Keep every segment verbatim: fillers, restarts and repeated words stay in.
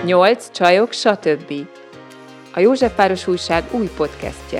Nyolc csajok, stb. A Józsefváros Újság új podcastje.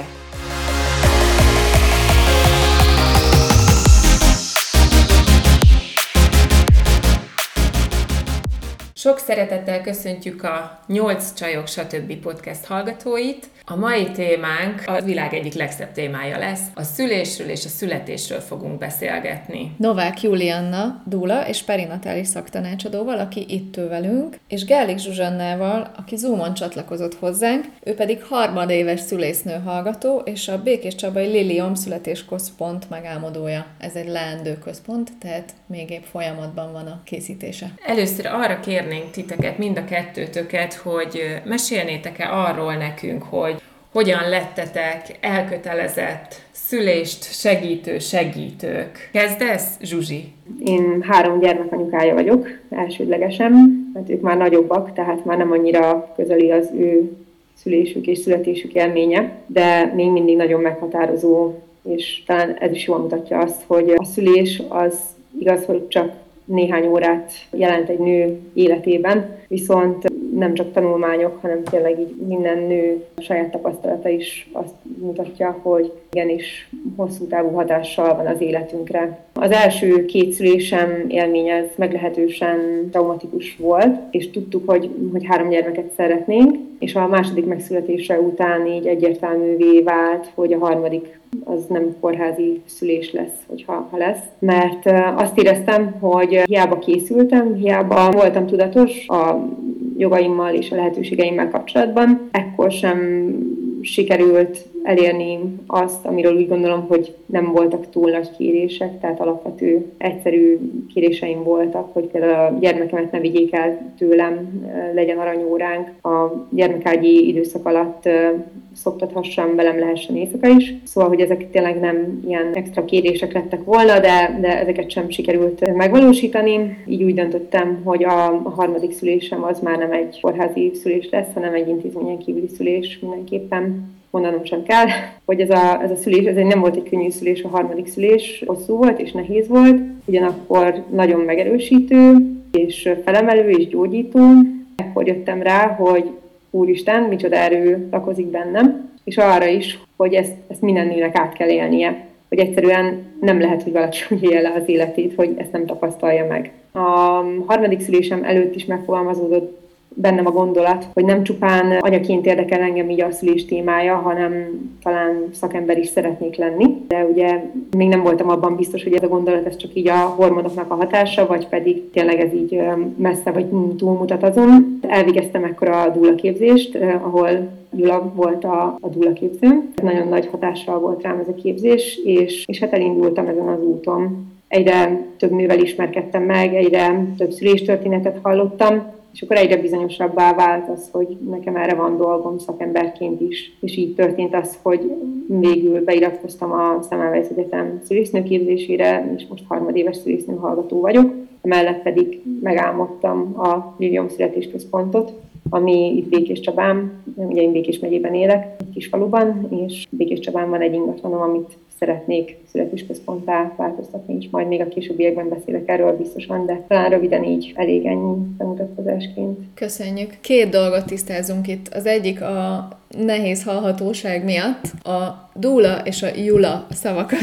Sok szeretettel köszöntjük a Nyolc csajok, stb. Podcast hallgatóit. A mai témánk a világ egyik legszebb témája lesz. A szülésről és a születésről fogunk beszélgetni. Novák Julianna, dúla és perinatális szaktanácsadóval, aki itt ül velünk, és Gálik Zsuzsannával, aki Zoomon csatlakozott hozzánk, ő pedig harmadéves szülésznő hallgató, és a Békéscsabai Lilium születésközpont megálmodója. Ez egy leendő központ, tehát még épp folyamatban van a készítése. Először arra kérnénk titeket, mind a kettőtöket, hogy mesélnétek-e arról nekünk, hogy hogyan lettetek elkötelezett szülést segítő segítők. Kezdesz, Zsuzsi? Én három gyermek anyukája vagyok, elsődlegesen, mert ők már nagyobbak, tehát már nem annyira közeli az ő szülésük és születésük élménye, de még mindig nagyon meghatározó, és talán ez is jól mutatja azt, hogy a szülés az igaz, hogy csak néhány órát jelent egy nő életében, viszont nem csak tanulmányok, hanem tényleg így minden nő saját tapasztalata is azt mutatja, hogy igenis hosszú távú hatással van az életünkre. Az első két szülésem élménye ez meglehetősen traumatikus volt, és tudtuk, hogy, hogy három gyermeket szeretnénk, és a második megszületése után így egyértelművé vált, hogy a harmadik az nem kórházi szülés lesz, hogyha ha lesz. Mert azt éreztem, hogy hiába készültem, hiába voltam tudatos a jogaimmal és a lehetőségeimmel kapcsolatban, ekkor sem sikerült elérni azt, amiről úgy gondolom, hogy nem voltak túl nagy kérések, tehát alapvető, egyszerű kéréseim voltak, hogy például a gyermekemet ne vigyék el tőlem, legyen aranyóránk, a gyermekágyi időszak alatt szoptathassam, velem lehessen éjszaka is. Szóval, hogy ezek tényleg nem ilyen extra kérések lettek volna, de, de ezeket sem sikerült megvalósítani. Így úgy döntöttem, hogy a, a harmadik szülésem az már nem egy kórházi szülés lesz, hanem egy intézményen kívüli szülés mindenképpen. Mondanom sem kell, hogy ez a, ez a szülés, ez egy nem volt egy könnyű szülés, a harmadik szülés hosszú volt és nehéz volt, ugyanakkor nagyon megerősítő, és felemelő és gyógyító. Ekkor jöttem rá, hogy Úristen, micsoda erő lakozik bennem, és arra is, hogy ezt, ezt minden nőnek át kell élnie. Hogy egyszerűen nem lehet, hogy valaki úgy élje le az életét, hogy ezt nem tapasztalja meg. A harmadik szülésem előtt is megfogalmazódott bennem a gondolat, hogy nem csupán anyaként érdekel engem így a szülés témája, hanem talán szakember is szeretnék lenni. De ugye még nem voltam abban biztos, hogy ez a gondolat ez csak így a hormonoknak a hatása, vagy pedig tényleg ez így messze vagy túlmutat azon. Elvégeztem ekkor a dúlaképzést, ahol Gyula volt a, a dúlaképzőm. Nagyon nagy hatással volt rám ez a képzés, és, és hát elindultam ezen az úton. Egyre több nővel ismerkedtem meg, egyre több szüléstörténetet hallottam, és akkor egyre bizonyosabbá vált az, hogy nekem erre van dolgom szakemberként is. És így történt az, hogy végül beiratkoztam a Semmelweis Egyetem szülésznőképzésére, és most harmadéves szülésznő hallgató vagyok. Emellett pedig megálmodtam a Lilium születésközpontot, ami itt Békéscsabán, ugye én Békés megyében élek, egy kis faluban, és Békéscsabán van egy ingatlanom, amit szeretnék születésközponttá változtatni, és majd még a későbbiekben beszélek erről biztosan, de talán röviden így elég ennyi bemutatkozásként. Köszönjük. Két dolgot tisztázunk itt. Az egyik a nehéz hallhatóság miatt a dúla és a jula szavakat.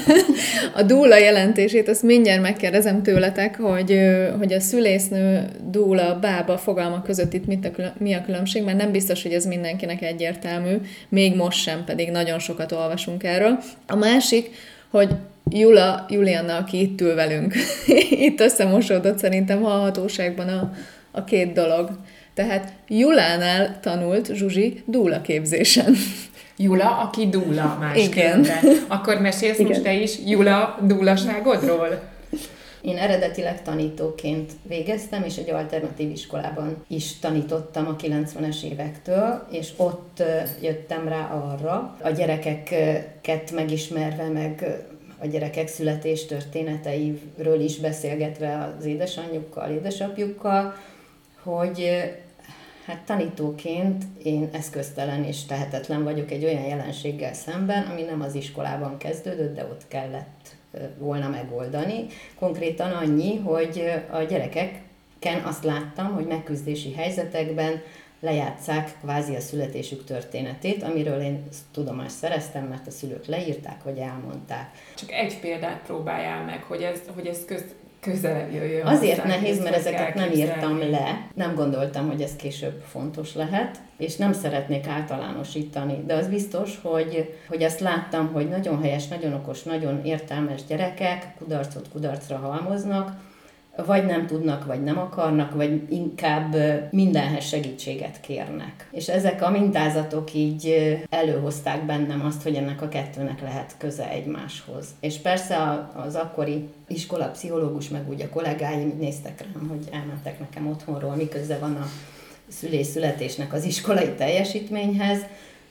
A dúla jelentését, azt mindjárt megkérdezem tőletek, hogy, hogy a szülésznő, dúla, bába fogalmak között itt mit a külön, mi a különbség, mert nem biztos, hogy ez mindenkinek egyértelmű, még most sem, pedig nagyon sokat olvasunk erről. A másik, hogy Jula, Julianna, aki itt ül velünk. Itt összemosódott szerintem hallhatóságban a, a két dolog. Tehát Julánál tanult Zsuzsi dúlaképzésen. Jula, aki dúla másképpen. Akkor mesélsz Igen. most te is Jula dúlaságodról? Én eredetileg tanítóként végeztem, és egy alternatív iskolában is tanítottam a kilencvenes évektől, és ott jöttem rá arra, a gyerekeket megismerve, meg a gyerekek születés történeteiről is beszélgetve az édesanyjukkal, édesapjukkal, hogy hát tanítóként én eszköztelen és tehetetlen vagyok egy olyan jelenséggel szemben, ami nem az iskolában kezdődött, de ott kellett volna megoldani. Konkrétan annyi, hogy a gyerekek gyerekeken azt láttam, hogy megküzdési helyzetekben lejátsszák kvázi a születésük történetét, amiről én tudomást szereztem, mert a szülők leírták, vagy elmondták. Csak egy példát próbáljál meg, hogy ez, hogy ez köz, közelebb jöjjön. Azért nehéz, mert ezeket nem írtam le, nem gondoltam, hogy ez később fontos lehet, és nem szeretnék általánosítani, de az biztos, hogy, hogy azt láttam, hogy nagyon helyes, nagyon okos, nagyon értelmes gyerekek kudarcot kudarcra halmoznak, vagy nem tudnak, vagy nem akarnak, vagy inkább mindenhez segítséget kérnek. És ezek a mintázatok így előhozták bennem azt, hogy ennek a kettőnek lehet köze egymáshoz. És persze az akkori iskolapszichológus, meg úgy a kollégáim néztek rám, hogy elmentek nekem otthonról, mi köze van a szülés-születésnek az iskolai teljesítményhez.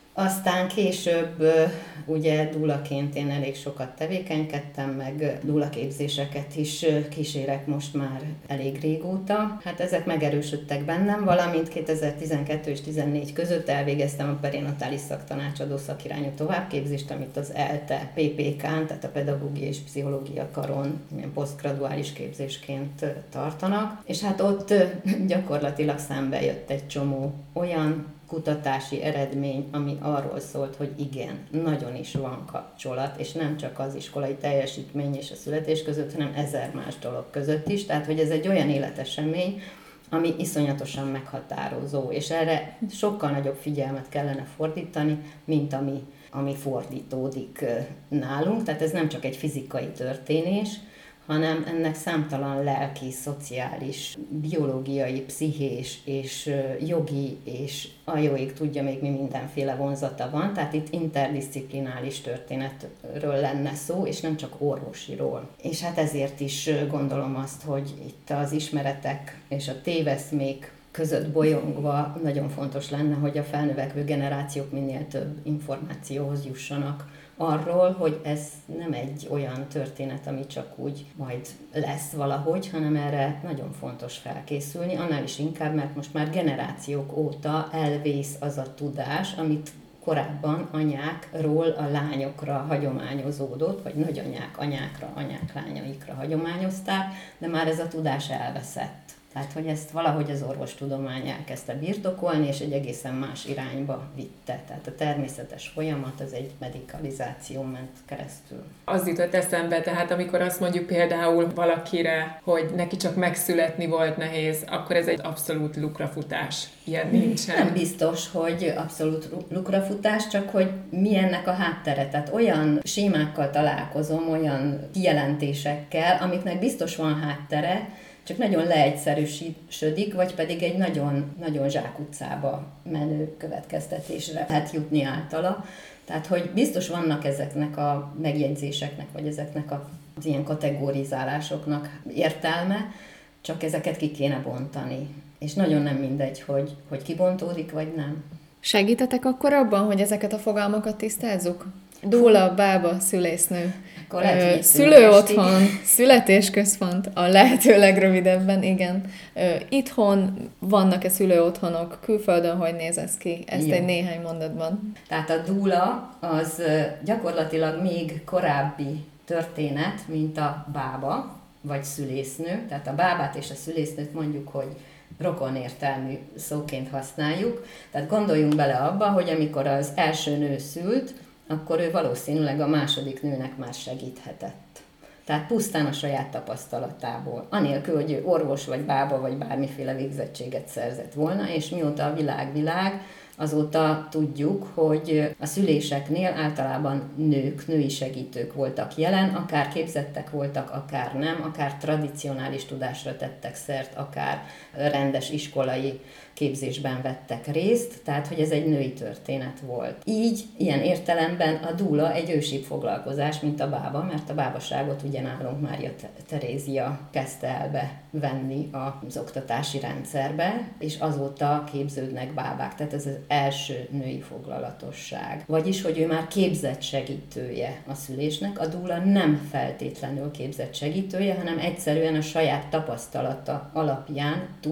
Aztán később ugye dúlaként én elég sokat tevékenykedtem, meg dúlaképzéseket is kísérek most már elég régóta. Hát ezek megerősödtek bennem, valamint kétezer-tizenkettő és tizennégy között elvégeztem a perinatális szaktanácsadó szakirányú továbbképzést, amit az ELTE pé pé ká-n, tehát a Pedagógia és Pszichológia Karon ilyen posztgraduális képzésként tartanak. És hát ott gyakorlatilag szembe jött egy csomó olyan kutatási eredmény, ami arról szólt, hogy igen, nagyon is van kapcsolat, és nem csak az iskolai teljesítmény és a születés között, hanem ezer más dolog között is, tehát hogy ez egy olyan életesemény, ami iszonyatosan meghatározó, és erre sokkal nagyobb figyelmet kellene fordítani, mint ami, ami fordítódik nálunk, tehát ez nem csak egy fizikai történés, hanem ennek számtalan lelki, szociális, biológiai, pszichés és jogi, és a jóig tudja még mi mindenféle vonzata van, tehát itt interdisziplinális történetről lenne szó, és nem csak orvosiról. És hát ezért is gondolom azt, hogy itt az ismeretek és a téveszmék között bolyongva nagyon fontos lenne, hogy a felnövekvő generációk minél több információhoz jussanak arról, hogy ez nem egy olyan történet, ami csak úgy majd lesz valahogy, hanem erre nagyon fontos felkészülni, annál is inkább, mert most már generációk óta elvész az a tudás, amit korábban anyákról a lányokra hagyományozódott, vagy nagyanyák anyákra, anyák lányaikra hagyományozták, de már ez a tudás elveszett. Tehát, hogy ezt valahogy az orvostudomány elkezdte birtokolni, és egy egészen más irányba vitte. Tehát a természetes folyamat az egy medikalizáció ment keresztül. Az jutott eszembe, tehát amikor azt mondjuk például valakire, hogy neki csak megszületni volt nehéz, akkor ez egy abszolút lukrafutás. Ilyen nincsen. Nem biztos, hogy abszolút lukrafutás, csak hogy mi ennek a háttere. Tehát olyan sémákkal találkozom, olyan kijelentésekkel, amiknek biztos van háttere, csak nagyon leegyszerűsödik, vagy pedig egy nagyon, nagyon zsákutcába menő következtetésre lehet jutni általa. Tehát, hogy biztos vannak ezeknek a megjegyzéseknek, vagy ezeknek az ilyen kategorizálásoknak értelme, csak ezeket ki kéne bontani. És nagyon nem mindegy, hogy, hogy kibontódik, vagy nem. Segítetek akkor abban, hogy ezeket a fogalmakat tisztázzuk? Dúla, bába, szülésznő, Ö, szülőotthon, születésközpont, a lehető legrövidebben, igen. Ö, itthon vannak-e szülőotthonok, külföldön hogy néz ez ki? Ezt Jó. egy néhány mondatban. Tehát a dúla az gyakorlatilag még korábbi történet, mint a bába, vagy szülésznő. Tehát a bábát és a szülésznőt mondjuk, hogy rokonértelmű szóként használjuk. Tehát gondoljunk bele abba, hogy amikor az első nő szült, akkor ő valószínűleg a második nőnek már segíthetett. Tehát pusztán a saját tapasztalatából. Anélkül, hogy ő orvos, vagy bába, vagy bármiféle végzettséget szerzett volna, és mióta a világ világ, azóta tudjuk, hogy a szüléseknél általában nők, női segítők voltak jelen, akár képzettek voltak, akár nem, akár tradicionális tudásra tettek szert, akár rendes iskolai képzésben vettek részt, tehát hogy ez egy női történet volt. Így, ilyen értelemben a dúla egy ősibb foglalkozás, mint a bába, mert a bábaságot ugye nálunk Mária Terézia kezdte el bevenni az oktatási rendszerbe, és azóta képződnek bábák, tehát ez az első női foglalatosság. Vagyis, hogy ő már képzett segítője a szülésnek, a dúla nem feltétlenül képzett segítője, hanem egyszerűen a saját tapasztalata alapján tud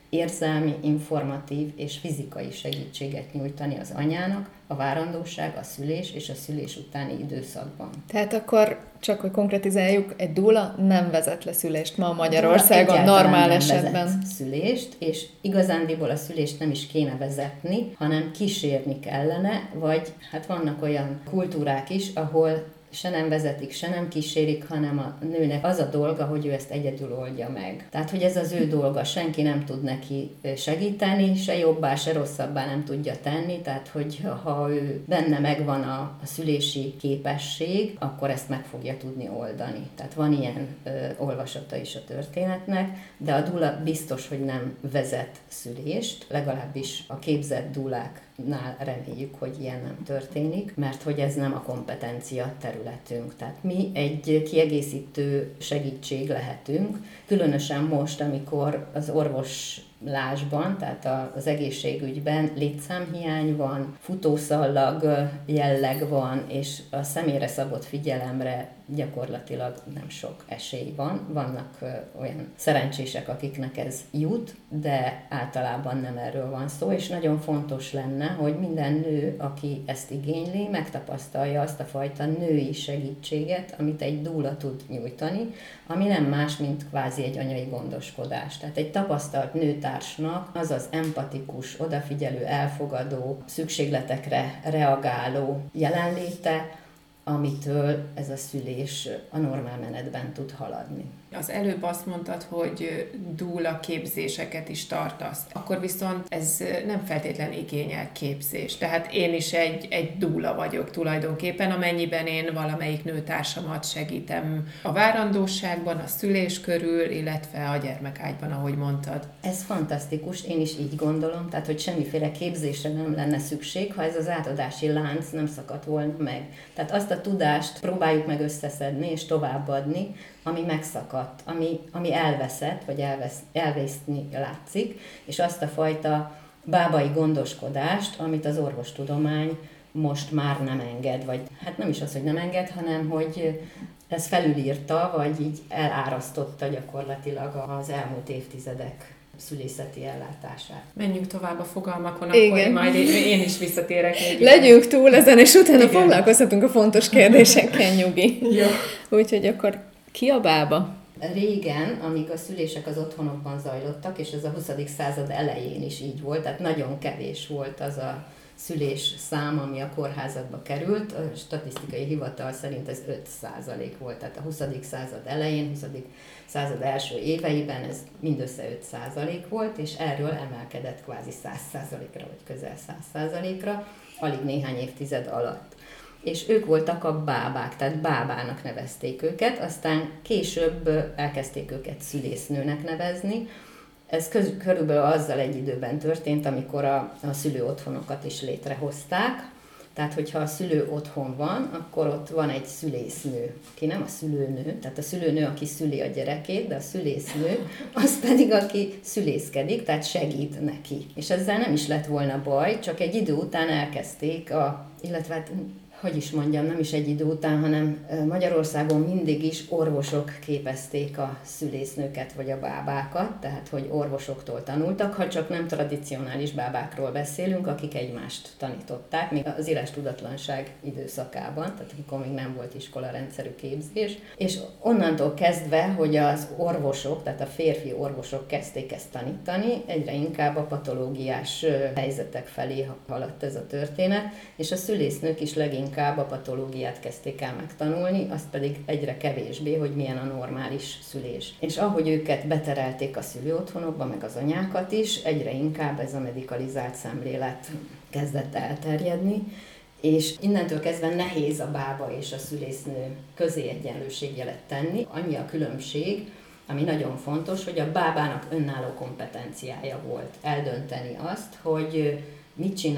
érzelmi, informatív és fizikai segítséget nyújtani az anyának a várandóság, a szülés és a szülés utáni időszakban. Tehát akkor, csak hogy konkretizáljuk, egy dúla nem vezet le szülést ma Magyarországon normál nem esetben. Vezet szülést, és igazándiból a szülést nem is kéne vezetni, hanem kísérni kellene, vagy hát vannak olyan kultúrák is, ahol se nem vezetik, se nem kísérik, hanem a nőnek az a dolga, hogy ő ezt egyedül oldja meg. Tehát, hogy ez az ő dolga, senki nem tud neki segíteni, se jobbá, se rosszabbá nem tudja tenni, tehát, hogy ha ő benne megvan a, a szülési képesség, akkor ezt meg fogja tudni oldani. Tehát van ilyen ö, olvasata is a történetnek, de a dúla biztos, hogy nem vezet szülést, legalábbis a képzett dúlák nál reméljük, hogy ilyen nem történik, mert hogy ez nem a kompetencia területünk. Tehát mi egy kiegészítő segítség lehetünk, különösen most, amikor az orvoslásban, tehát az egészségügyben létszámhiány van, futószallag jelleg van, és a személyre szabott figyelemre gyakorlatilag nem sok esély van. Vannak olyan szerencsések, akiknek ez jut, de általában nem erről van szó, és nagyon fontos lenne, hogy minden nő, aki ezt igényli, megtapasztalja azt a fajta női segítséget, amit egy dúla tud nyújtani, ami nem más, mint kvázi egy anyai gondoskodás. Tehát egy tapasztalt nőtársnak az az empatikus, odafigyelő, elfogadó, szükségletekre reagáló jelenléte, amitől ez a szülés a normál menetben tud haladni. Az előbb azt mondtad, hogy dúla képzéseket is tartasz. Akkor viszont ez nem feltétlen igényel képzés. Tehát én is egy, egy dúla vagyok tulajdonképpen, amennyiben én valamelyik nőtársamat segítem a várandóságban, a szülés körül, illetve a gyermekágyban, ahogy mondtad. Ez fantasztikus, én is így gondolom, tehát hogy semmiféle képzésre nem lenne szükség, ha ez az átadási lánc nem szakadt volna meg. Tehát azt a tudást próbáljuk meg összeszedni és továbbadni, ami megszakadt, ami, ami elveszett, vagy elvesz, elvészni látszik, és azt a fajta bábai gondoskodást, amit az orvostudomány most már nem enged, vagy hát nem is az, hogy nem enged, hanem hogy ez felülírta, vagy így elárasztotta gyakorlatilag az elmúlt évtizedek szülészeti ellátását. Menjünk tovább a fogalmakon, Igen. akkor majd én is visszatérek. Még Legyünk túl ezen, és utána Igen. foglalkozhatunk a fontos kérdésekkel, Nyugi. Jó. Úgyhogy akkor ki a bába? Régen, amíg a szülések az otthonokban zajlottak, és ez a huszadik század elején is így volt, tehát nagyon kevés volt az a szülés szám, ami a kórházakba került. A statisztikai hivatal szerint ez öt százalék volt, tehát a huszadik század elején, huszadik század első éveiben ez mindössze öt százalék volt, és erről emelkedett kvázi száz százalékra, vagy közel száz százalékra, alig néhány évtized alatt. És ők voltak a bábák, tehát bábának nevezték őket, aztán később elkezdték őket szülésznőnek nevezni. Ez köz, körülbelül azzal egy időben történt, amikor a, a szülő otthonokat is létrehozták. Tehát, hogyha a szülő otthon van, akkor ott van egy szülésznő, aki nem a szülőnő, tehát a szülőnő, aki szüli a gyerekét, de a szülésznő, az pedig, aki szülészkedik, tehát segít neki. És ezzel nem is lett volna baj, csak egy idő után elkezdték, a, illetve hát, hogy is mondjam, nem is egy idő után, hanem Magyarországon mindig is orvosok képezték a szülésznőket vagy a bábákat, tehát hogy orvosoktól tanultak, ha csak nem tradicionális bábákról beszélünk, akik egymást tanították, még az írástudatlanság időszakában, tehát amikor még nem volt iskolarendszerű képzés, és onnantól kezdve, hogy az orvosok, tehát a férfi orvosok kezdték ezt tanítani, egyre inkább a patológiás helyzetek felé haladt ez a történet, és a szülésznők is leginkább inkább a patológiát kezdték el megtanulni, azt pedig egyre kevésbé, hogy milyen a normális szülés. És ahogy őket beterelték a szülőotthonokba, meg az anyákat is, egyre inkább ez a medikalizált szemlélet kezdett elterjedni, és innentől kezdve nehéz a bába és a szülésznő közé egyenlőségjelet tenni. Annyi a különbség, ami nagyon fontos, hogy a bábának önálló kompetenciája volt eldönteni azt, hogy mit csinál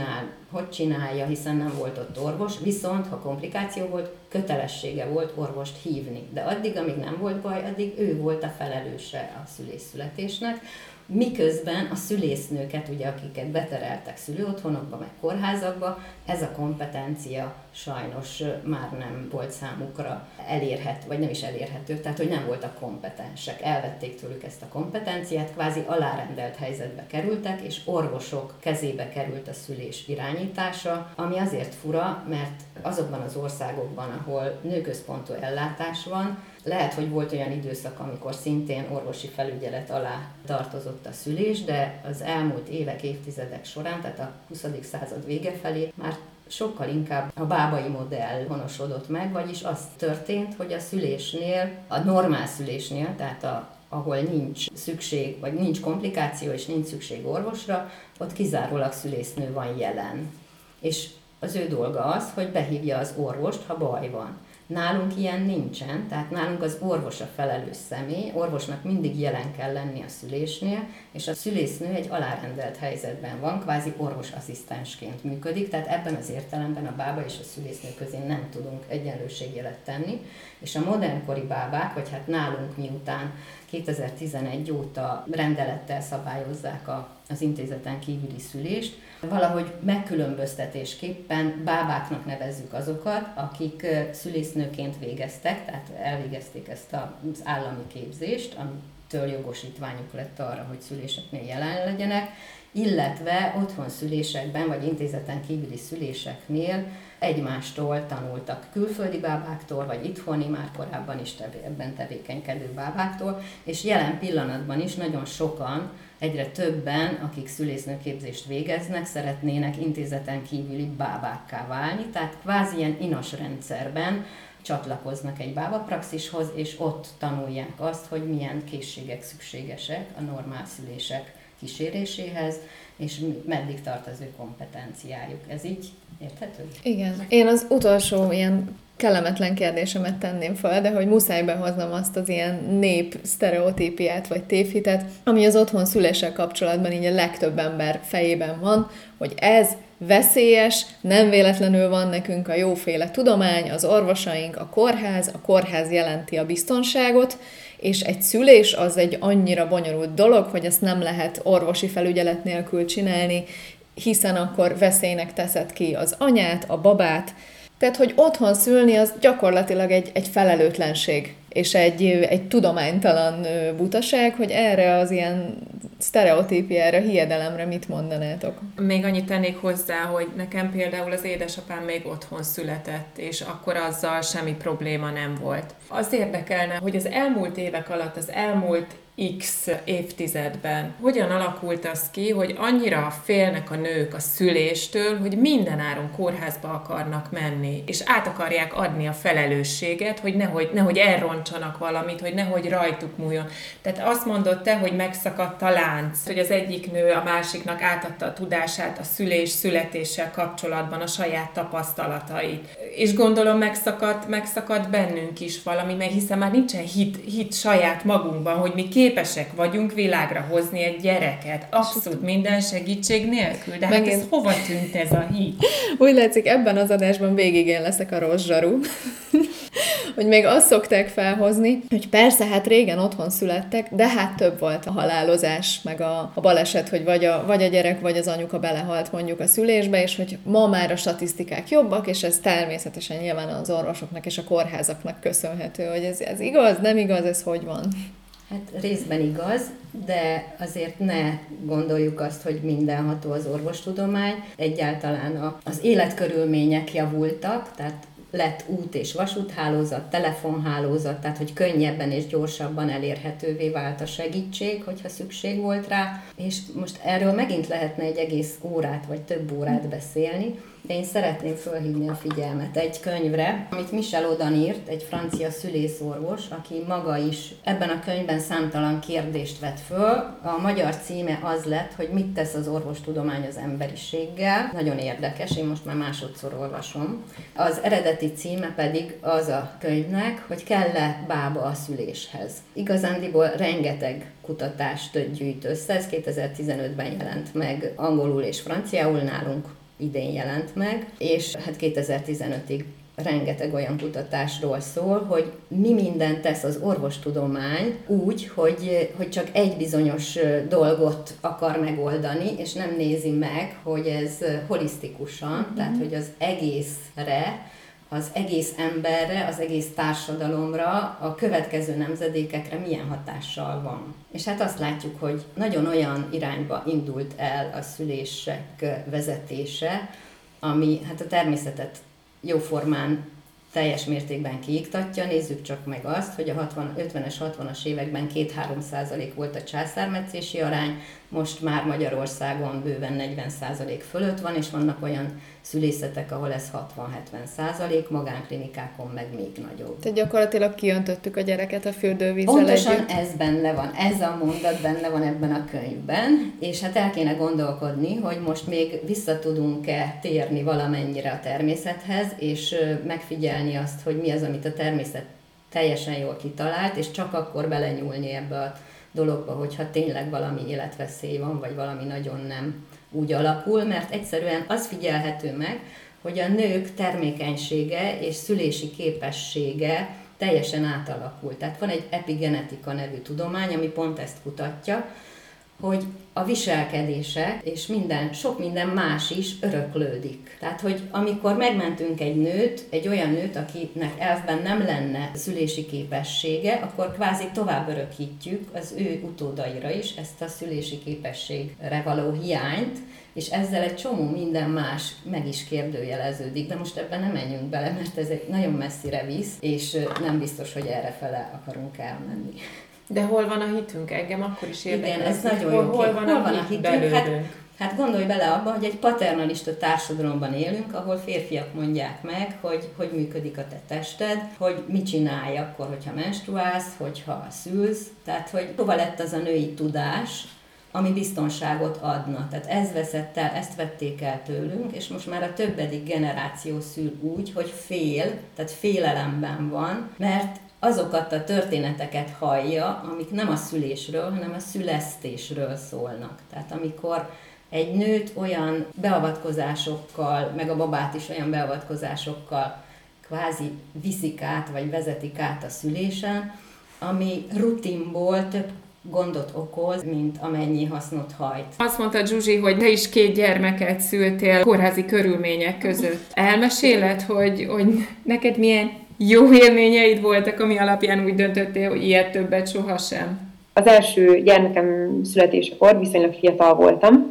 hogy csinálja, hiszen nem volt ott orvos, viszont ha komplikáció volt, kötelessége volt orvost hívni. De addig, amíg nem volt baj, addig ő volt a felelőse a szülésszületésnek, miközben a szülésznőket, ugye, akiket betereltek szülőotthonokba, meg kórházakba, ez a kompetencia sajnos már nem volt számukra elérhető, vagy nem is elérhető, tehát hogy nem voltak kompetensek. Elvették tőlük ezt a kompetenciát, kvázi alárendelt helyzetbe kerültek, és orvosok kezébe került a szülés irányítása, ami azért fura, mert azokban az országokban, ahol nőközpontú ellátás van, lehet, hogy volt olyan időszak, amikor szintén orvosi felügyelet alá tartozott a szülés, de az elmúlt évek, évtizedek során, tehát a huszadik század vége felé már sokkal inkább a bábai modell honosodott meg, vagyis az történt, hogy a szülésnél, a normál szülésnél, tehát a, ahol nincs szükség, vagy nincs komplikáció és nincs szükség orvosra, ott kizárólag szülésznő van jelen. És az ő dolga az, hogy behívja az orvost, ha baj van. Nálunk ilyen nincsen, tehát nálunk az orvos a felelős személy, orvosnak mindig jelen kell lenni a szülésnél, és a szülésznő egy alárendelt helyzetben van, kvázi orvosasszisztensként működik, tehát ebben az értelemben a bába és a szülésznő közé nem tudunk egyenlőségjelet tenni, és a modernkori bábák, vagy hát nálunk miután kétezer-tizenegy óta rendelettel szabályozzák a, az intézeten kívüli szülést, valahogy megkülönböztetésképpen bábáknak nevezzük azokat, akik szülésznőként végeztek, tehát elvégezték ezt az állami képzést, amitől jogosítványuk lett arra, hogy szüléseknél jelen legyenek, illetve otthon szülésekben, vagy intézeten kívüli szüléseknél egymástól tanultak, külföldi bábáktól, vagy itthoni, már korábban is tevé, ebben tevékenykedő bábáktól, és jelen pillanatban is nagyon sokan, egyre többen, akik szülésznőképzést végeznek, szeretnének intézeten kívüli bábákká válni, tehát kvázi ilyen inas rendszerben csatlakoznak egy bábapraxishoz, és ott tanulják azt, hogy milyen készségek szükségesek a normál szülések kíséréséhez, és meddig tart az ő kompetenciájuk. Ez így érthető? Igen. Én az utolsó ilyen kellemetlen kérdésemet tenném fel, de hogy muszáj behoznom azt az ilyen nép sztereotípiát vagy tévhitet, ami az otthon szüléssel kapcsolatban így a legtöbb ember fejében van, hogy ez veszélyes, nem véletlenül van nekünk a jóféle tudomány, az orvosaink, a kórház, a kórház jelenti a biztonságot, és egy szülés az egy annyira bonyolult dolog, hogy ezt nem lehet orvosi felügyelet nélkül csinálni, hiszen akkor veszélynek teszed ki az anyát, a babát. Tehát, hogy otthon szülni, az gyakorlatilag egy, egy felelőtlenség, és egy, egy tudománytalan butaság, hogy erre az ilyen sztereotípiára, hiedelemre mit mondanátok? Még annyit tennék hozzá, hogy nekem például az édesapám még otthon született, és akkor azzal semmi probléma nem volt. Az érdekelne, hogy az elmúlt évek alatt, az elmúlt X évtizedben hogyan alakult az ki, hogy annyira félnek a nők a szüléstől, hogy mindenáron kórházba akarnak menni, és át akarják adni a felelősséget, hogy nehogy, nehogy elrontsanak valamit, hogy nehogy rajtuk múljon. Tehát azt mondod te, hogy megszakadt a lánc, hogy az egyik nő a másiknak átadta a tudását a szülés, születéssel kapcsolatban, a saját tapasztalatait. És gondolom megszakadt, megszakadt bennünk is valami, mert hiszen már nincsen hit, hit saját magunkban, hogy mi képesek vagyunk világra hozni egy gyereket. Abszolút minden segítség nélkül. De hát ez hova tűnt ez a hit? Úgy látszik, ebben az adásban végig én leszek a rossz zsaru. Hogy még azt szokták felhozni, hogy persze, hát régen otthon születtek, de hát több volt a halálozás, meg a, a baleset, hogy vagy a, vagy a gyerek, vagy az anyuka belehalt mondjuk a szülésbe, és hogy ma már a statisztikák jobbak, és ez természetesen nyilván az orvosoknak és a kórházaknak köszönhető, hogy ez, ez igaz, nem igaz, ez hogy van? Hát részben igaz, de azért ne gondoljuk azt, hogy mindenható az orvostudomány. Egyáltalán az életkörülmények javultak, tehát lett út- és vasúthálózat, telefonhálózat, tehát hogy könnyebben és gyorsabban elérhetővé vált a segítség, hogyha szükség volt rá. És most erről megint lehetne egy egész órát vagy több órát beszélni, de én szeretném felhívni a figyelmet egy könyvre, amit Michel Audin írt, egy francia szülészorvos, aki maga is ebben a könyvben számtalan kérdést vett föl. A magyar címe az lett, hogy mit tesz az orvostudomány az emberiséggel. Nagyon érdekes, én most már másodszor olvasom. Az eredeti címe pedig az a könyvnek, hogy kell-e bába a szüléshez. Igazándiból rengeteg kutatást gyűjt össze, ez kétezer-tizenötben jelent meg angolul és franciául, nálunk idén jelent meg, és hát kétezer-tizenötig rengeteg olyan kutatásról szól, hogy mi mindent tesz az orvostudomány úgy, hogy, hogy csak egy bizonyos dolgot akar megoldani, és nem nézi meg, hogy ez holisztikusan, mm-hmm. tehát hogy az egészre, az egész emberre, az egész társadalomra, a következő nemzedékekre milyen hatással van. És hát azt látjuk, hogy nagyon olyan irányba indult el a szülések vezetése, ami hát a természetet jóformán teljes mértékben kiiktatja. Nézzük csak meg azt, hogy a ötvenes, hatvanas években két-három százalék volt a császármetszési arány, most már Magyarországon bőven negyven százalék fölött van, és vannak olyan szülészetek, ahol ez hatvan-hetven százalék, magánklinikákon meg még nagyobb. Tehát gyakorlatilag kiöntöttük a gyereket a fürdővízzel Pontosan együtt. ez benne van, ez a mondat benne van ebben a könyvben, és hát el kéne gondolkodni, hogy most még vissza tudunk-e térni valamennyire a természethez, és megfigyelni azt, hogy mi az, amit a természet teljesen jól kitalált, és csak akkor belenyúlni ebbe a dologba, hogyha tényleg valami életveszély van, vagy valami nagyon nem úgy alakul, mert egyszerűen az figyelhető meg, hogy a nők termékenysége és szülési képessége teljesen átalakul. Tehát van egy epigenetika nevű tudomány, ami pont ezt kutatja, hogy a viselkedése és minden, sok minden más is öröklődik. Tehát, hogy amikor megmentünk egy nőt, egy olyan nőt, akinek elfben nem lenne szülési képessége, akkor kvázi tovább örökítjük az ő utódaira is ezt a szülési képességre való hiányt, és ezzel egy csomó minden más meg is kérdőjeleződik, de most ebben nem menjünk bele, mert ez egy nagyon messzire visz, és nem biztos, hogy errefele akarunk elmenni. De hol van a hitünk? Engem akkor is érdekel. Igen, ez nagyon hol, jó. hol van, hol a, van a hit hitünk? Hát, Hát gondolj bele abba, hogy egy paternalista társadalomban élünk, ahol férfiak mondják meg, hogy hogy működik a te tested, hogy mit csinálj akkor, hogyha menstruálsz, hogyha szülsz. Tehát, hogy hova lett az a női tudás, ami biztonságot adna. Tehát ez veszett el, ezt vették el tőlünk, és most már a többedik generáció szül úgy, hogy fél, tehát félelemben van, mert azokat a történeteket hallja, amik nem a szülésről, hanem a szülesztésről szólnak. Tehát amikor egy nőt olyan beavatkozásokkal, meg a babát is olyan beavatkozásokkal kvázi viszik át, vagy vezetik át a szülésen, ami rutinból több gondot okoz, mint amennyi hasznot hajt. Azt mondta Zsuzsi, hogy te is két gyermeket szültél kórházi körülmények között. Elmeséled, hogy, hogy neked milyen jó élményeid voltak, ami alapján úgy döntöttél, hogy ilyet többet sohasem? Az első gyermekem születésekor viszonylag fiatal voltam,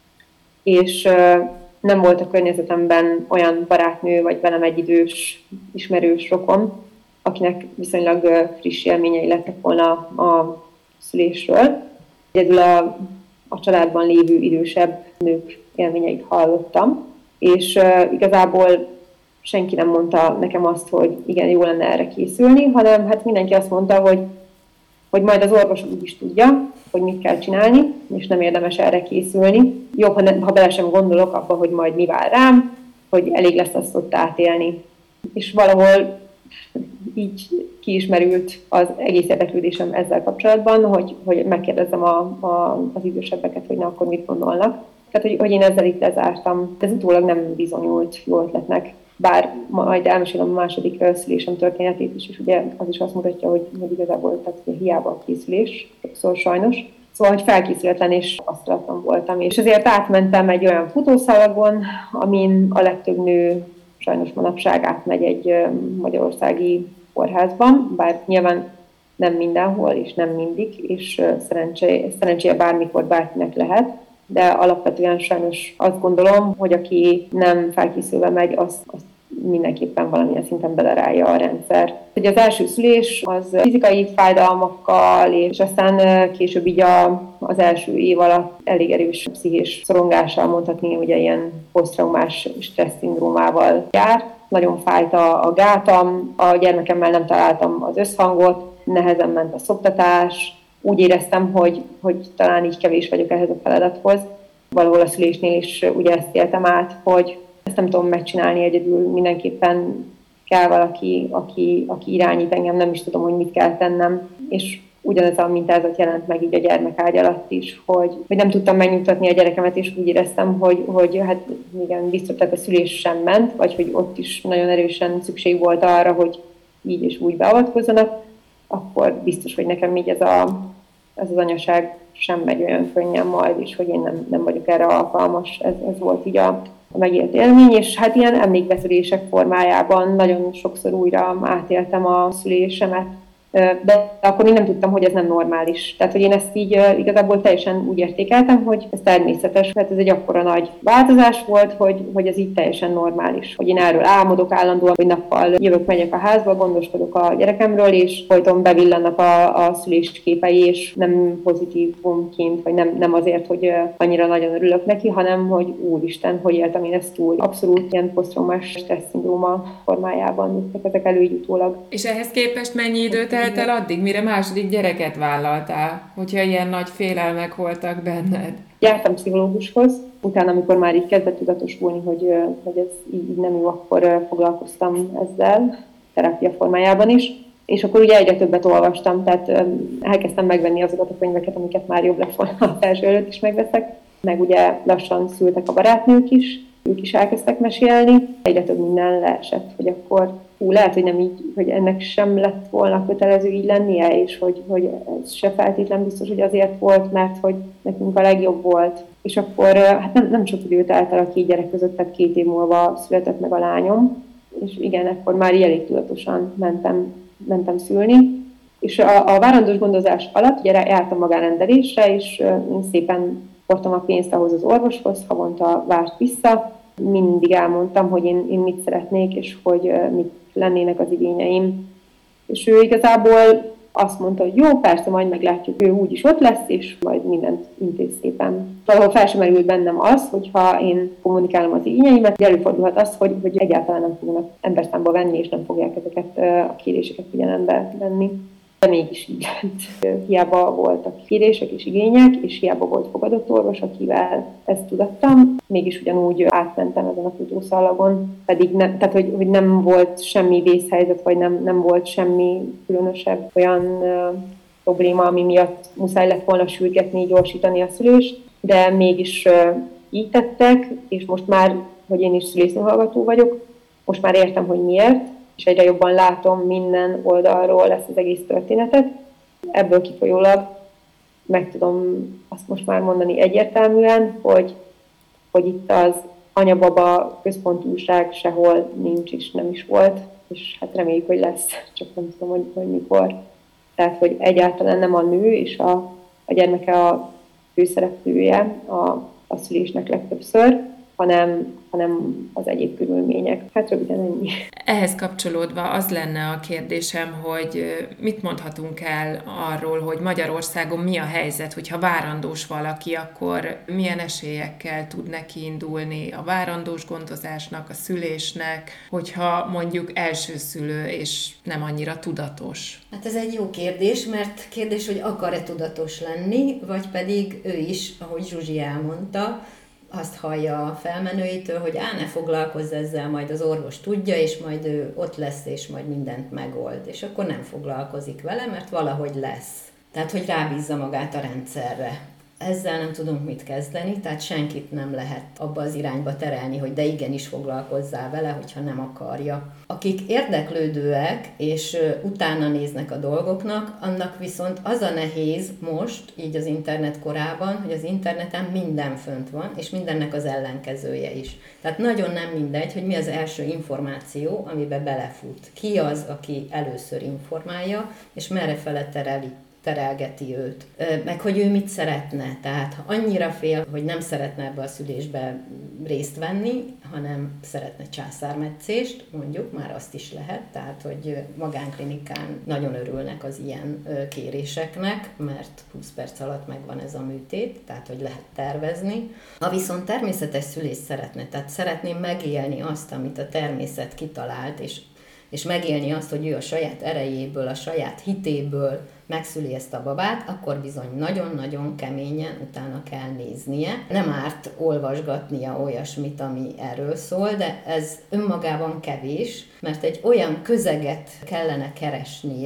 és nem volt a környezetemben olyan barátnő, vagy velem egyidős ismerős rokon, akinek viszonylag friss élményei lettek volna a szülésről. Egyedül a, a családban lévő idősebb nők élményeit hallottam, és uh, igazából senki nem mondta nekem azt, hogy igen, jó lenne erre készülni, hanem hát mindenki azt mondta, hogy, hogy majd az orvos úgy is tudja, hogy mit kell csinálni, és nem érdemes erre készülni. Jobb, ha, ne, ha bele sem gondolok abba, hogy majd mi vár rám, hogy elég lesz azt ott átélni. És valahol így kiismerült az egész érdeklődésem ezzel kapcsolatban, hogy, hogy megkérdezzem a, a, az idősebbeket, hogy na, akkor mit gondolnak. Tehát, hogy, hogy én ezzel itt lezártam. Ez utólag nem bizonyult jó ötletnek. Bár majd elmesélem a második szülésem történetét is, és ugye az is azt mutatja, hogy, hogy igazából tehát hiába a készülés, sokszor sajnos. Szóval, hogy felkészületlen és asztalatlan voltam. És ezért átmentem egy olyan futószalagon, amin a legtöbb nő sajnos manapság átmegy egy magyarországi kórházban, bár nyilván nem mindenhol, és nem mindig, és szerencsé, szerencséje bármikor bárkinek lehet, de alapvetően sajnos azt gondolom, hogy aki nem felkészülve megy, azt, azt mindenképpen valamilyen szinten belerálja a rendszer. Ugye az első szülés az fizikai fájdalmakkal, és aztán később így a, az első év alatt elég erős pszichés szorongással, mondhatni, ugye ilyen posztraumás stressz-szindrómával jár. Nagyon fájt a, a gátam, a gyermekemmel nem találtam az összhangot, nehezen ment a szoptatás, úgy éreztem, hogy, hogy talán így kevés vagyok ehhez a feladathoz. Valahol a szülésnél is ugye ezt éltem át, hogy ezt nem tudom megcsinálni egyedül, mindenképpen kell valaki, aki, aki irányít engem, nem is tudom, hogy mit kell tennem. És ugyanez a mintázat jelent meg így a gyermekágy alatt is, hogy, hogy nem tudtam megnyugtatni a gyerekemet, és úgy éreztem, hogy, hogy hát igen, biztos, tehát a szülés sem ment, vagy hogy ott is nagyon erősen szükség volt arra, hogy így és úgy beavatkozzanak, akkor biztos, hogy nekem így ez, a, ez az anyaság sem megy olyan könnyen majd, és hogy én nem, nem vagyok erre alkalmas. Ez, ez volt így a, a megélt élmény, és hát ilyen emlékbeszélések formájában nagyon sokszor újra átéltem a szülésemet, de akkor még nem tudtam, hogy ez nem normális. Tehát, hogy én ezt így igazából teljesen úgy értékeltem, hogy ez természetes, mert ez egy akkora nagy változás volt, hogy, hogy ez így teljesen normális. Hogy én erről álmodok állandóan, hogy nappal jövök, megyek a házba, gondoskodok a gyerekemről, és folyton bevillannak a, a szülés képei, és nem pozitívumként, vagy nem, nem azért, hogy annyira nagyon örülök neki, hanem hogy úristen, hogy éltem én ezt túl. Abszolút ilyen posztraumás stressz-szindróma formájában jöttek ezek előjutólag. És ehhez képest mennyi időt telt el addig, mire második gyereket vállaltál, hogyha ilyen nagy félelmek voltak benned? Jártam pszichológushoz, utána, amikor már így kezdett tudatosulni, hogy, hogy ez így nem jó, akkor foglalkoztam ezzel, terápia formájában is, és akkor ugye egyre többet olvastam, tehát elkezdtem megvenni azokat a könyveket, amiket már jobb lett volna a felső előtt is megveszek, meg ugye lassan szültek a barátnők is, ők is elkezdtek mesélni, egyre több minden leesett, hogy akkor hú, lehet, hogy nem így, hogy ennek sem lett volna kötelező így lennie, és hogy, hogy ez se feltétlen biztos, hogy azért volt, mert hogy nekünk a legjobb volt. És akkor hát nem, nem sok időt telt el a két gyerek között, tehát két év múlva született meg a lányom, és igen, akkor már elég tudatosan mentem, mentem szülni. És a, a várandós gondozás alatt ugye jártam magánrendelésre, és én szépen hordtam a pénzt ahhoz az orvoshoz, havonta várt vissza. Mindig elmondtam, hogy én, én mit szeretnék, és hogy mit lennének az igényeim. És ő igazából azt mondta, hogy jó, persze, majd meglátjuk, ő úgyis ott lesz, és majd mindent intéz szépen. Valahol fel sem merült bennem az, hogyha én kommunikálom az igényeimet, előfordulhat az, hogy, hogy egyáltalán nem fognak emberszámba venni, és nem fogják ezeket a kéréseket figyelembe venni. De mégis így lett. Hiába voltak kérések és igények, és hiába volt fogadott orvos, akivel ezt tudattam, mégis ugyanúgy átmentem ezen a futószalagon, pedig nem, tehát, hogy, hogy nem volt semmi vészhelyzet, vagy nem, nem volt semmi különösebb olyan uh, probléma, ami miatt muszáj lett volna sürgetni, gyorsítani a szülést, de mégis uh, így tettek, és most már, hogy én is szülésznőhallgató vagyok, most már értem, hogy miért, és egyre jobban látom minden oldalról ezt az egész történetet. Ebből kifolyólag meg tudom azt most már mondani egyértelműen, hogy, hogy itt az anya-baba központúság sehol nincs és nem is volt, és hát reméljük, hogy lesz, csak nem tudom, hogy, hogy mikor. Tehát, hogy egyáltalán nem a nő és a, a gyermeke a főszereplője a, a szülésnek legtöbbször, hanem, hanem az egyéb körülmények. Hát röviden ennyi. Ehhez kapcsolódva az lenne a kérdésem, hogy mit mondhatunk el arról, hogy Magyarországon mi a helyzet, hogyha várandós valaki, akkor milyen esélyekkel tud neki indulni a várandós gondozásnak, a szülésnek, hogyha mondjuk elsőszülő és nem annyira tudatos? Hát ez egy jó kérdés, mert kérdés, hogy akar-e tudatos lenni, vagy pedig ő is, ahogy Zsuzsi elmondta, azt hallja a felmenőitől, hogy á, ne foglalkozz ezzel, majd az orvos tudja, és majd ő ott lesz, és majd mindent megold. És akkor nem foglalkozik vele, mert valahogy lesz. Tehát, hogy rábízza magát a rendszerre. Ezzel nem tudunk mit kezdeni, tehát senkit nem lehet abba az irányba terelni, hogy de igenis foglalkozzál vele, hogyha nem akarja. Akik érdeklődőek, és utána néznek a dolgoknak, annak viszont az a nehéz most, így az internet korában, hogy az interneten minden fönt van, és mindennek az ellenkezője is. Tehát nagyon nem mindegy, hogy mi az első információ, amiben belefut. Ki az, aki először informálja, és merre fele tereli. terelgeti őt. Meg hogy ő mit szeretne. Tehát ha annyira fél, hogy nem szeretne ebbe a szülésbe részt venni, hanem szeretne császármetszést, mondjuk, már azt is lehet, tehát hogy magánklinikán nagyon örülnek az ilyen kéréseknek, mert húsz perc alatt megvan ez a műtét, tehát hogy lehet tervezni. Ha viszont természetes szülést szeretne, tehát szeretném megélni azt, amit a természet kitalált, és és megélni azt, hogy ő a saját erejéből, a saját hitéből megszüli ezt a babát, akkor bizony nagyon-nagyon keményen utána kell néznie. Nem árt olvasgatnia olyasmit, ami erről szól, de ez önmagában kevés, mert egy olyan közeget kellene keresnie,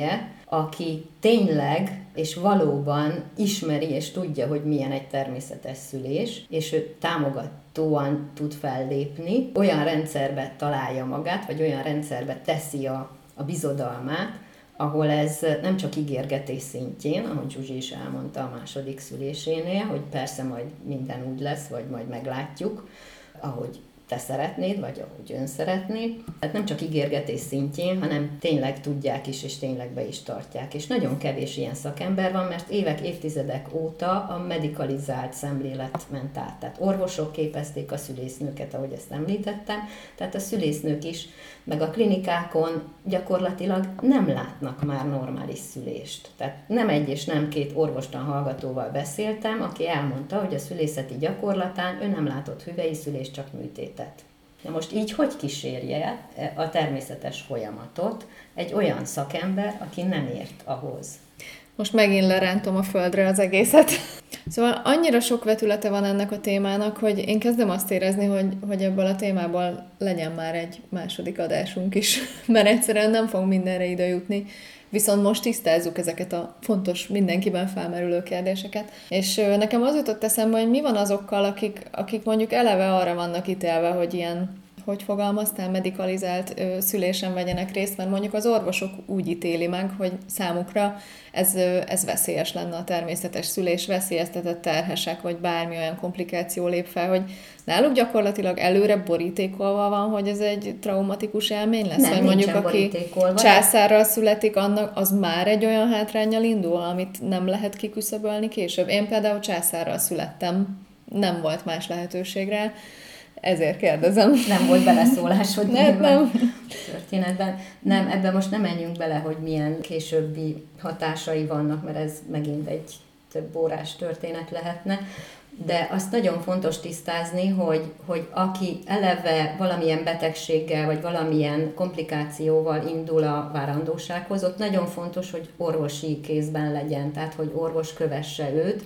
aki tényleg és valóban ismeri és tudja, hogy milyen egy természetes szülés, és ő támogatóan tud fellépni, olyan rendszerbe találja magát, vagy olyan rendszerbe teszi a, a bizodalmát, ahol ez nem csak ígérgetés szintjén, ahogy Zsuzsi is elmondta a második szülésénél, hogy persze majd minden úgy lesz, vagy majd meglátjuk, ahogy te szeretnéd, vagy ahogy ön szeretné. Tehát nem csak ígérgetés szintjén, hanem tényleg tudják is, és tényleg be is tartják. És nagyon kevés ilyen szakember van, mert évek, évtizedek óta a medikalizált szemlélet ment át. Tehát orvosok képezték a szülésznőket, ahogy ezt említettem, tehát a szülésznők is, meg a klinikákon gyakorlatilag nem látnak már normális szülést. Tehát nem egy és nem két orvostan hallgatóval beszéltem, aki elmondta, hogy a szülészeti gyakorlatán ő nem látott hüvei szülést, csak műtétet. Na most így hogy kísérje a természetes folyamatot egy olyan szakember, aki nem ért ahhoz? Most megint lerántom a földre az egészet. Szóval annyira sok vetülete van ennek a témának, hogy én kezdem azt érezni, hogy, hogy ebből a témából legyen már egy második adásunk is, mert egyszerűen nem fog mindenre ide jutni. Viszont most tisztázzuk ezeket a fontos, mindenkiben felmerülő kérdéseket. És nekem az jutott eszembe, hogy mi van azokkal, akik, akik mondjuk eleve arra vannak ítélve, hogy ilyen, hogy fogalmaztál, medikalizált ö, szülésen vegyenek részt, mert mondjuk az orvosok úgy ítéli meg, hogy számukra ez, ö, ez veszélyes lenne a természetes szülés, veszélyeztetett terhesek, vagy bármi olyan komplikáció lép fel, hogy náluk gyakorlatilag előre borítékolva van, hogy ez egy traumatikus élmény lesz, nem, vagy mondjuk aki császárral születik, annak az már egy olyan hátránnyal indul, amit nem lehet kiküszöbölni később. Én például császárral születtem, nem volt más lehetőségre, ezért kérdezem. Nem volt beleszólás, hogy nem, nem. történetben. Nem, ebben most nem menjünk bele, hogy milyen későbbi hatásai vannak, mert ez megint egy több órás történet lehetne. De azt nagyon fontos tisztázni, hogy, hogy aki eleve valamilyen betegséggel, vagy valamilyen komplikációval indul a várandósághoz, ott nagyon fontos, hogy orvosi kézben legyen, tehát hogy orvos kövesse őt.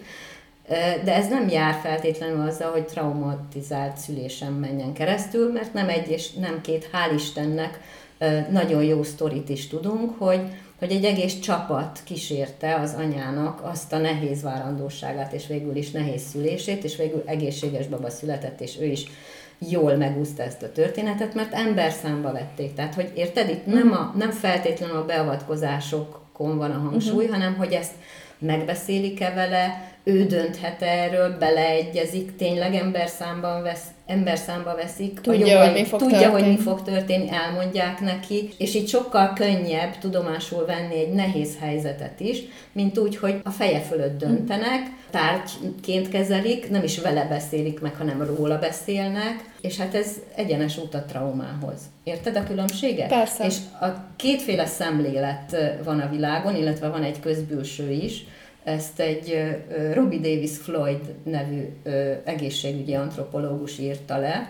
De ez nem jár feltétlenül azzal, hogy traumatizált szülésen menjen keresztül, mert nem egy és nem két, hál' Istennek nagyon jó sztorit is tudunk, hogy, hogy egy egész csapat kísérte az anyának azt a nehéz várandóságát, és végül is nehéz szülését, és végül egészséges baba született, és ő is jól megúszta ezt a történetet, mert emberszámba vették. Tehát, hogy érted, itt nem, a, nem feltétlenül a beavatkozásokon van a hangsúly, uh-huh. hanem hogy ezt megbeszélik-e vele, ő dönthet erről, beleegyezik, tényleg emberszámban vesz, emberszámba veszik, tudja, a hogy, mi fog tudja hogy mi fog történni, elmondják neki, és így sokkal könnyebb tudomásul venni egy nehéz helyzetet is, mint úgy, hogy a feje fölött döntenek, tárgyként kezelik, nem is vele beszélik meg, hanem róla beszélnek, és hát ez egyenes út a traumához. Érted a különbséget? Persze. És a kétféle szemlélet van a világon, illetve van egy közbülső is. Ezt egy Robbie Davis Floyd nevű egészségügyi antropológus írta le,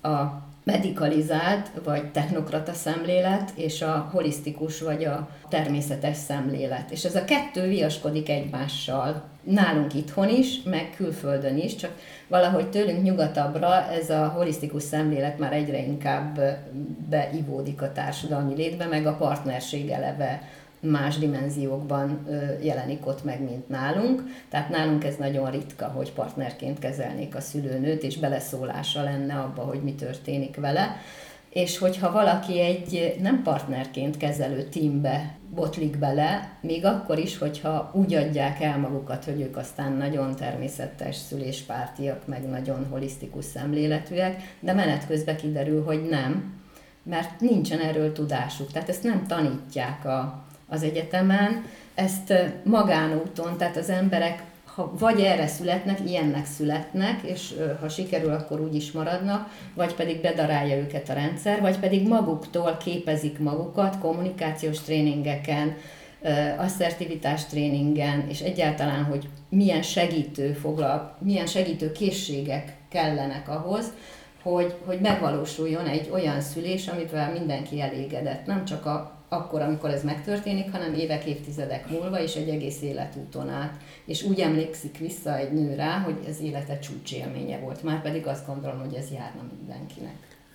a medikalizált vagy technokrata szemlélet és a holisztikus vagy a természetes szemlélet. És ez a kettő viaskodik egymással. Nálunk itthon is, meg külföldön is, csak valahogy tőlünk nyugatabbra ez a holisztikus szemlélet már egyre inkább beivódik a társadalmi létbe, meg a partnerség eleve más dimenziókban jelenik ott meg, mint nálunk. Tehát nálunk ez nagyon ritka, hogy partnerként kezelnék a szülőnőt, és beleszólása lenne abba, hogy mi történik vele. És hogyha valaki egy nem partnerként kezelő teambe botlik bele, még akkor is, hogyha úgy adják el magukat, hogy ők aztán nagyon természetes szüléspártiak, meg nagyon holisztikus szemléletűek, de menet közben kiderül, hogy nem, mert nincsen erről tudásuk. Tehát ezt nem tanítják a az egyetemen, ezt magánúton, tehát az emberek ha vagy erre születnek, ilyennek születnek, és ha sikerül, akkor úgy is maradnak, vagy pedig bedarálja őket a rendszer, vagy pedig maguktól képezik magukat kommunikációs tréningeken, asszertivitás tréningen, és egyáltalán, hogy milyen segítő foglal, milyen segítő készségek kellenek ahhoz, hogy, hogy megvalósuljon egy olyan szülés, amivel mindenki elégedett, nem csak a akkor, amikor ez megtörténik, hanem évek, évtizedek múlva, és egy egész életúton át. És úgy emlékszik vissza egy nő rá, hogy ez élete csúcsélménye volt. Már pedig azt gondolom, hogy ez járna mindenkinek.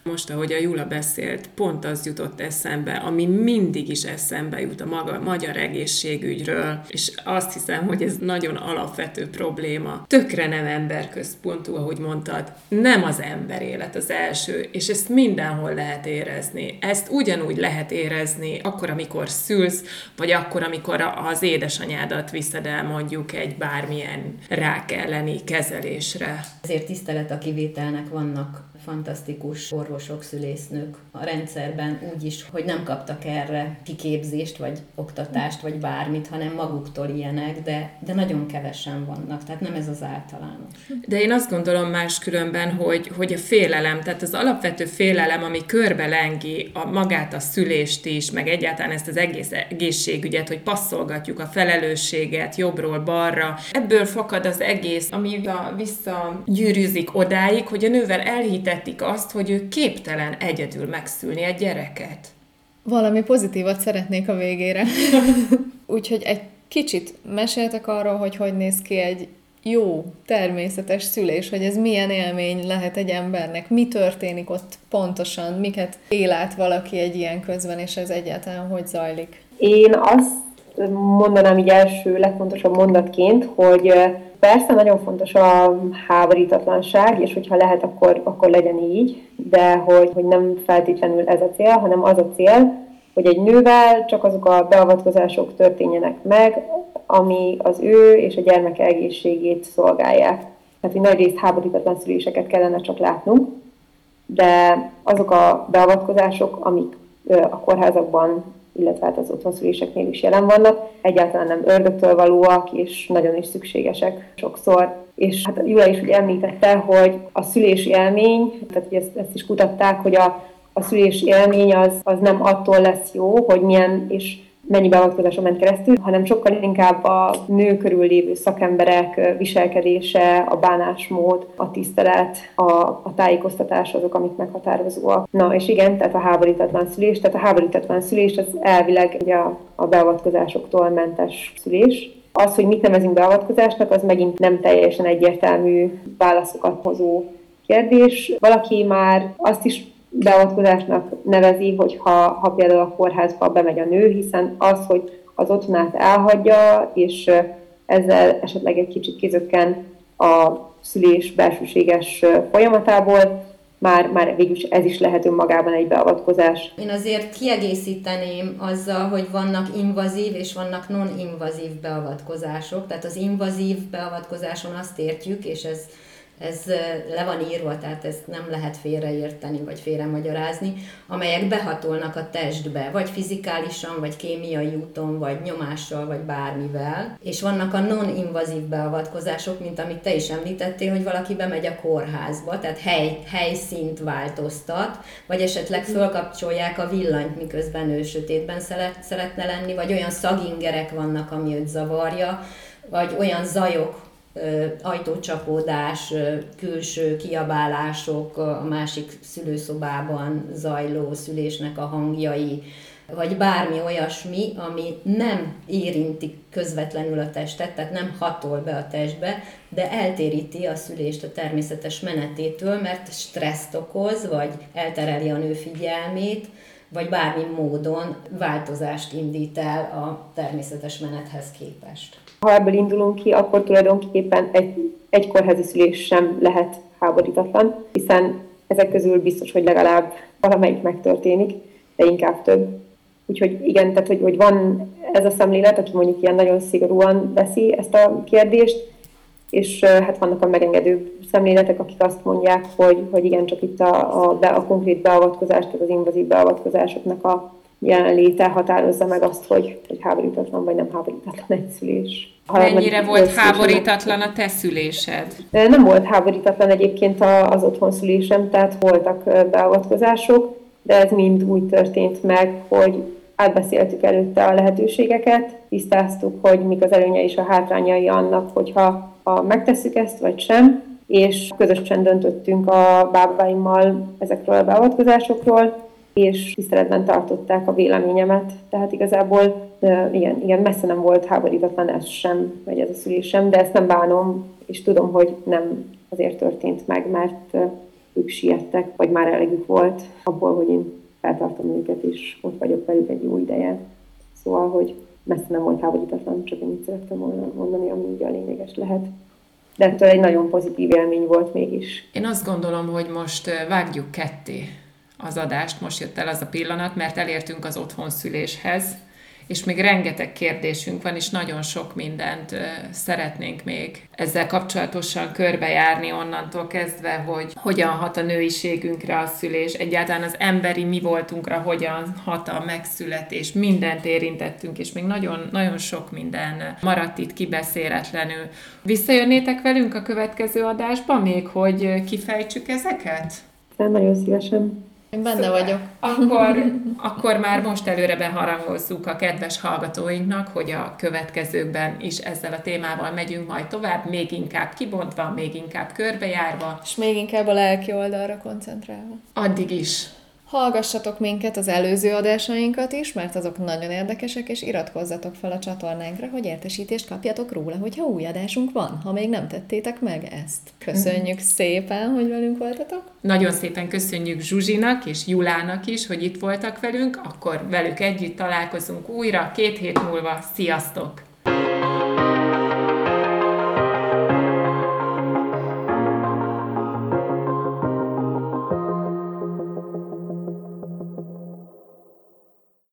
Most, ahogy a Jula beszélt, pont az jutott eszembe, ami mindig is eszembe jut a maga, magyar egészségügyről, és azt hiszem, hogy ez nagyon alapvető probléma. Tökre nem emberközpontú, ahogy mondtad. Nem az ember élet az első, és ezt mindenhol lehet érezni. Ezt ugyanúgy lehet érezni akkor, amikor szülsz, vagy akkor, amikor az édesanyádat viszed el mondjuk egy bármilyen rák elleni kezelésre. Ezért tisztelet a kivételnek, vannak fantasztikus orvosok, szülésznők a rendszerben úgy is, hogy nem kaptak erre kiképzést, vagy oktatást, vagy bármit, hanem maguktól ilyenek, de, de nagyon kevesen vannak, tehát nem ez az általános. De én azt gondolom máskülönben, hogy, hogy a félelem, tehát az alapvető félelem, ami körbe lengi a magát a szülést is, meg egyáltalán ezt az egész egészségügyet, hogy passzolgatjuk a felelősséget jobbról balra, ebből fakad az egész, ami visszagyűrűzik odáig, hogy a nővel elhitet azt, hogy ő képtelen egyedül megszülni egy gyereket. Valami pozitívat szeretnék a végére. Úgyhogy egy kicsit meséltek arról, hogy hogy néz ki egy jó, természetes szülés, hogy ez milyen élmény lehet egy embernek, mi történik ott pontosan, miket él át valaki egy ilyen közben, és ez egyáltalán hogy zajlik. Én azt mondanám így első legfontosabb mondatként, hogy persze nagyon fontos a háborítatlanság, és hogyha lehet, akkor, akkor legyen így, de hogy, hogy nem feltétlenül ez a cél, hanem az a cél, hogy egy nővel csak azok a beavatkozások történjenek meg, ami az ő és a gyermek egészségét szolgálják. Tehát, hogy nagy részt háborítatlan szüléseket kellene csak látnunk, de azok a beavatkozások, amik a kórházakban, illetve hát az otthonszüléseknél is jelen vannak, egyáltalán nem ördögtől valóak, és nagyon is szükségesek sokszor. És hát Jula is ugye említette, hogy a szülési élmény, tehát ugye ezt, ezt is kutatták, hogy a, a szülési élmény az, az nem attól lesz jó, hogy milyen és mennyi beavatkozáson ment keresztül, hanem sokkal inkább a nő körül lévő szakemberek viselkedése, a bánásmód, a tisztelet, a, a tájékoztatás azok, amik meghatározóak. Na és igen, tehát a háborítatlan szülés, tehát a háborítatlan szülés az elvileg ugye a, a beavatkozásoktól mentes szülés. Az, hogy mit nevezünk beavatkozásnak, az megint nem teljesen egyértelmű válaszokat hozó kérdés. Valaki már azt is beavatkozásnak nevezi, hogyha ha például a kórházba bemegy a nő, hiszen az, hogy az otthonát elhagyja, és ezzel esetleg egy kicsit kizökken a szülés belsőséges folyamatából, már, már végülis ez is lehet önmagában egy beavatkozás. Én azért kiegészíteném azzal, hogy vannak invazív és vannak non-invazív beavatkozások. Tehát az invazív beavatkozáson azt értjük, és ez Ez le van írva, tehát ezt nem lehet félreérteni, vagy félremagyarázni, amelyek behatolnak a testbe, vagy fizikálisan, vagy kémiai úton, vagy nyomással, vagy bármivel. És vannak a non-invazív beavatkozások, mint amit te is említettél, hogy valaki bemegy a kórházba, tehát hely, helyszínt változtat, vagy esetleg fölkapcsolják a villanyt, miközben ő sötétben szeretne lenni, vagy olyan szagingerek vannak, ami őt zavarja, vagy olyan zajok, ajtócsapódás, külső kiabálások, a másik szülőszobában zajló szülésnek a hangjai, vagy bármi olyasmi, ami nem érinti közvetlenül a testet, tehát nem hatol be a testbe, de eltéríti a szülést a természetes menetétől, mert stresszt okoz, vagy eltereli a nő figyelmét, vagy bármi módon változást indít el a természetes menethez képest. Ha ebből indulunk ki, akkor tulajdonképpen egy, egy kórházi szülés sem lehet háborítatlan, hiszen ezek közül biztos, hogy legalább valamelyik megtörténik, de inkább több. Úgyhogy igen, tehát hogy, hogy van ez a szemlélet, aki mondjuk ilyen nagyon szigorúan veszi ezt a kérdést, és hát vannak a megengedő szemléletek, akik azt mondják, hogy, hogy igen, csak itt a, a, a konkrét beavatkozás, tehát az invazív beavatkozásoknak a jelenléte határozza meg azt, hogy, hogy háborítatlan vagy nem háborítatlan egy szülés. Mennyire volt háborítatlan a te szülésed? Nem volt háborítatlan egyébként az otthonszülésem, tehát voltak beavatkozások, de ez mind úgy történt meg, hogy átbeszéltük előtte a lehetőségeket, tisztáztuk, hogy mik az előnyei és a hátrányai annak, hogyha ha megtesszük ezt, vagy sem, és közösen döntöttünk a bábáimmal ezekről a beavatkozásokról, és tiszteletben tartották a véleményemet. Tehát igazából igen, igen, messze nem volt háborítatlan ez sem, vagy ez a szülés sem, de ezt nem bánom, és tudom, hogy nem azért történt meg, mert ők siettek, vagy már elegük volt abból, hogy én feltartom őket, és ott vagyok velük egy jó ideje. Szóval, hogy messze nem volt távolítatlan, csak ennyit szerettem volna mondani, ami ugye a lényeges lehet. De ettől egy nagyon pozitív élmény volt mégis. Én azt gondolom, hogy most vágjuk ketté az adást, most jött el az a pillanat, mert elértünk az otthonszüléshez, és még rengeteg kérdésünk van, és nagyon sok mindent szeretnénk még ezzel kapcsolatosan körbejárni onnantól kezdve, hogy hogyan hat a nőiségünkre a szülés, egyáltalán az emberi mi voltunkra hogyan hat a megszületés, mindent érintettünk, és még nagyon, nagyon sok minden maradt itt kibeszéletlenül. Visszajönnétek velünk a következő adásban még, hogy kifejtsük ezeket? De nagyon szívesen. Én benne Szuper. vagyok. Akkor, akkor már most előre beharangozzuk a kedves hallgatóinknak, hogy a következőkben is ezzel a témával megyünk majd tovább, még inkább kibontva, még inkább körbejárva. És még inkább a lelki oldalra koncentrálva. Addig is. Hallgassatok minket, az előző adásainkat is, mert azok nagyon érdekesek, és iratkozzatok fel a csatornánkra, hogy értesítést kapjatok róla, hogyha új adásunk van, ha még nem tettétek meg ezt. Köszönjük szépen, hogy velünk voltatok. Nagyon szépen köszönjük Zsuzsinak és Julának is, hogy itt voltak velünk, akkor velük együtt találkozunk újra két hét múlva. Sziasztok!